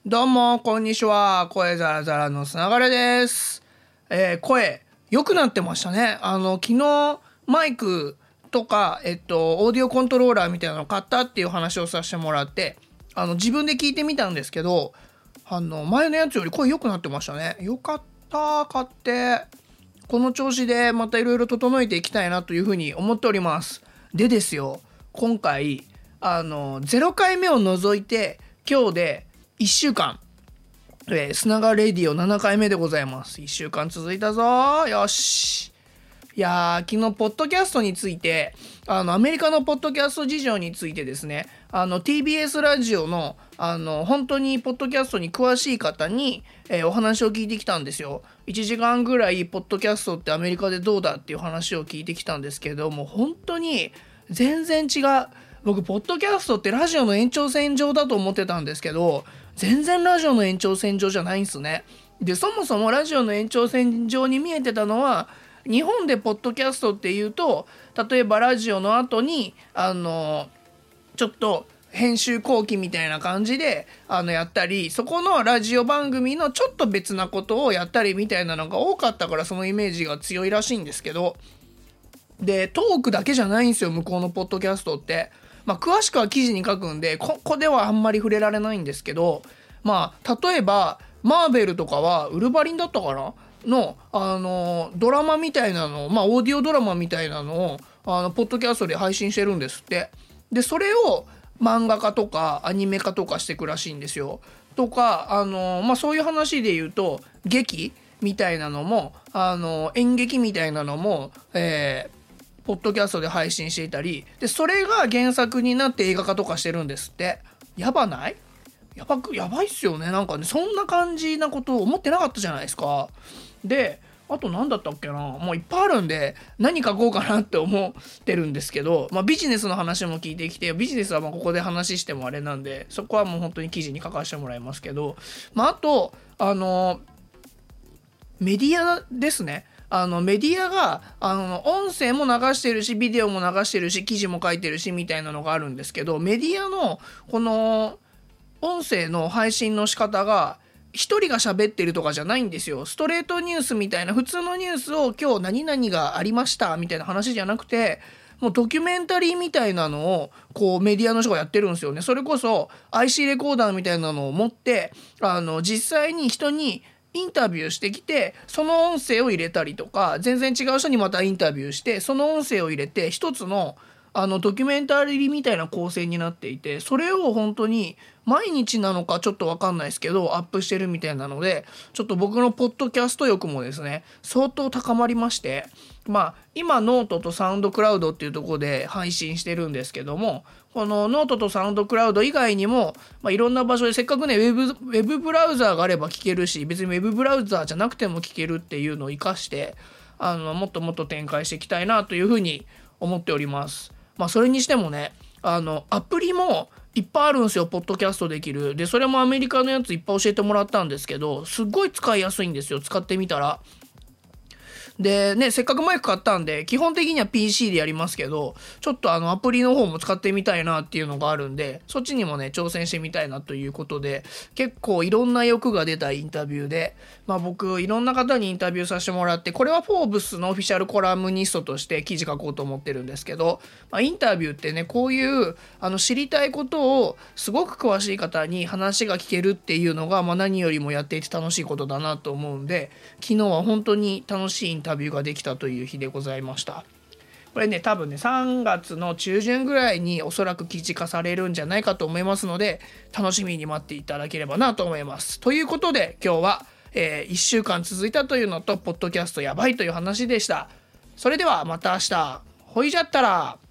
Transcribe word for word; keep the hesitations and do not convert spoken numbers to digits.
どうもこんにちは。声ザラザラのつながれです。えー、声良くなってましたね。あの昨日マイクとかえっとオーディオコントローラーみたいなの買ったっていう話をさせてもらって、あの自分で聞いてみたんですけど、あの前のやつより声良くなってましたね。よかった。買ってこの調子でまたいろいろ整えていきたいなというふうに思っております。でですよ、今回あのゼロかいめを除いて今日でいっしゅうかん、えー、砂川レディオななかいめでございます。いっしゅうかん続いたぞ。よし。いやー、昨日ポッドキャストについて、あのアメリカのポッドキャスト事情についてですね、あの ティービーエス ラジオのあの本当にポッドキャストに詳しい方に、えー、お話を聞いてきたんですよ。いちじかんぐらいポッドキャストってアメリカでどうだっていう話を聞いてきたんですけども、本当に全然違う。僕ポッドキャストってラジオの延長線上だと思ってたんですけど、全然ラジオの延長線上じゃないんですね。でそもそもラジオの延長線上に見えてたのは、日本でポッドキャストっていうと、例えばラジオの後にあのちょっと編集後期みたいな感じであのやったり、そこのラジオ番組のちょっと別なことをやったりみたいなのが多かったから、そのイメージが強いらしいんですけど、でトークだけじゃないんですよ、向こうのポッドキャストって。まあ、詳しくは記事に書くんでここではあんまり触れられないんですけど、まあ例えばマーベルとかはウルヴァリンだったかなの、あのドラマみたいなのを、まあオーディオドラマみたいなのをあのポッドキャストで配信してるんですって。でそれを漫画化とかアニメ化とかしていくらしいんですよ。とかあの、まあ、そういう話で言うと劇みたいなのも、あの演劇みたいなのも、えーポッドキャストで配信していたりで、それが原作になって映画化とかしてるんですって。やばない？やばくやばいっすよね。なんかね、そんな感じなことを思ってなかったじゃないですか。であと何だったっけな、もういっぱいあるんで何書こうかなって思ってるんですけど、まあ、ビジネスの話も聞いてきて、ビジネスはまあここで話してもあれなんで、そこはもう本当に記事に書かせてもらいますけど、まあ、あとあのメディアですね。あのメディアがあの音声も流してるしビデオも流してるし記事も書いてるしみたいなのがあるんですけど、メディアのこの音声の配信の仕方が一人が喋ってるとかじゃないんですよ。ストレートニュースみたいな普通のニュースを今日何々がありましたみたいな話じゃなくて、もうドキュメンタリーみたいなのをこうメディアの人がやってるんですよね。それこそ アイシー レコーダーみたいなのを持ってあの実際に人にインタビューしてきて、その音声を入れたりとか、全然違う人にまたインタビューしてその音声を入れて一つのあのドキュメンタリーみたいな構成になっていて、それを本当に毎日なのかちょっと分かんないですけどアップしてるみたいなので、ちょっと僕のポッドキャスト欲もですね相当高まりまして、まあ今ノートとサウンドクラウドっていうところで配信してるんですけども、このノートとサウンドクラウド以外にも、まあ、いろんな場所でせっかくねウェブ、ウェブブラウザーがあれば聞けるし、別にウェブブラウザーじゃなくても聞けるっていうのを生かしてあのもっともっと展開していきたいなというふうに思っております。まあそれにしてもね、あのアプリもいっぱいあるんですよ、ポッドキャストできる。でそれもアメリカのやついっぱい教えてもらったんですけど、すっごい使いやすいんですよ、使ってみたら。でね、せっかくマイク買ったんで基本的には ピーシー でやりますけど、ちょっとあのアプリの方も使ってみたいなっていうのがあるんで、そっちにもね挑戦してみたいなということで、結構いろんな欲が出たインタビューで、まあ僕いろんな方にインタビューさせてもらって、これはフォーブスのオフィシャルコラムニストとして記事書こうと思ってるんですけど、まあ、インタビューってね、こういうあの知りたいことをすごく詳しい方に話が聞けるっていうのが、まあ、何よりもやっていて楽しいことだなと思うんで、昨日は本当に楽しいインタビューインタビューができたという日でございました。これね多分ねさんがつの中旬ぐらいにおそらく記事化されるんじゃないかと思いますので、楽しみに待っていただければなと思います。ということで今日は、えー、いっしゅうかん続いたというのとポッドキャストやばいという話でした。それではまた明日。ほいじゃったら。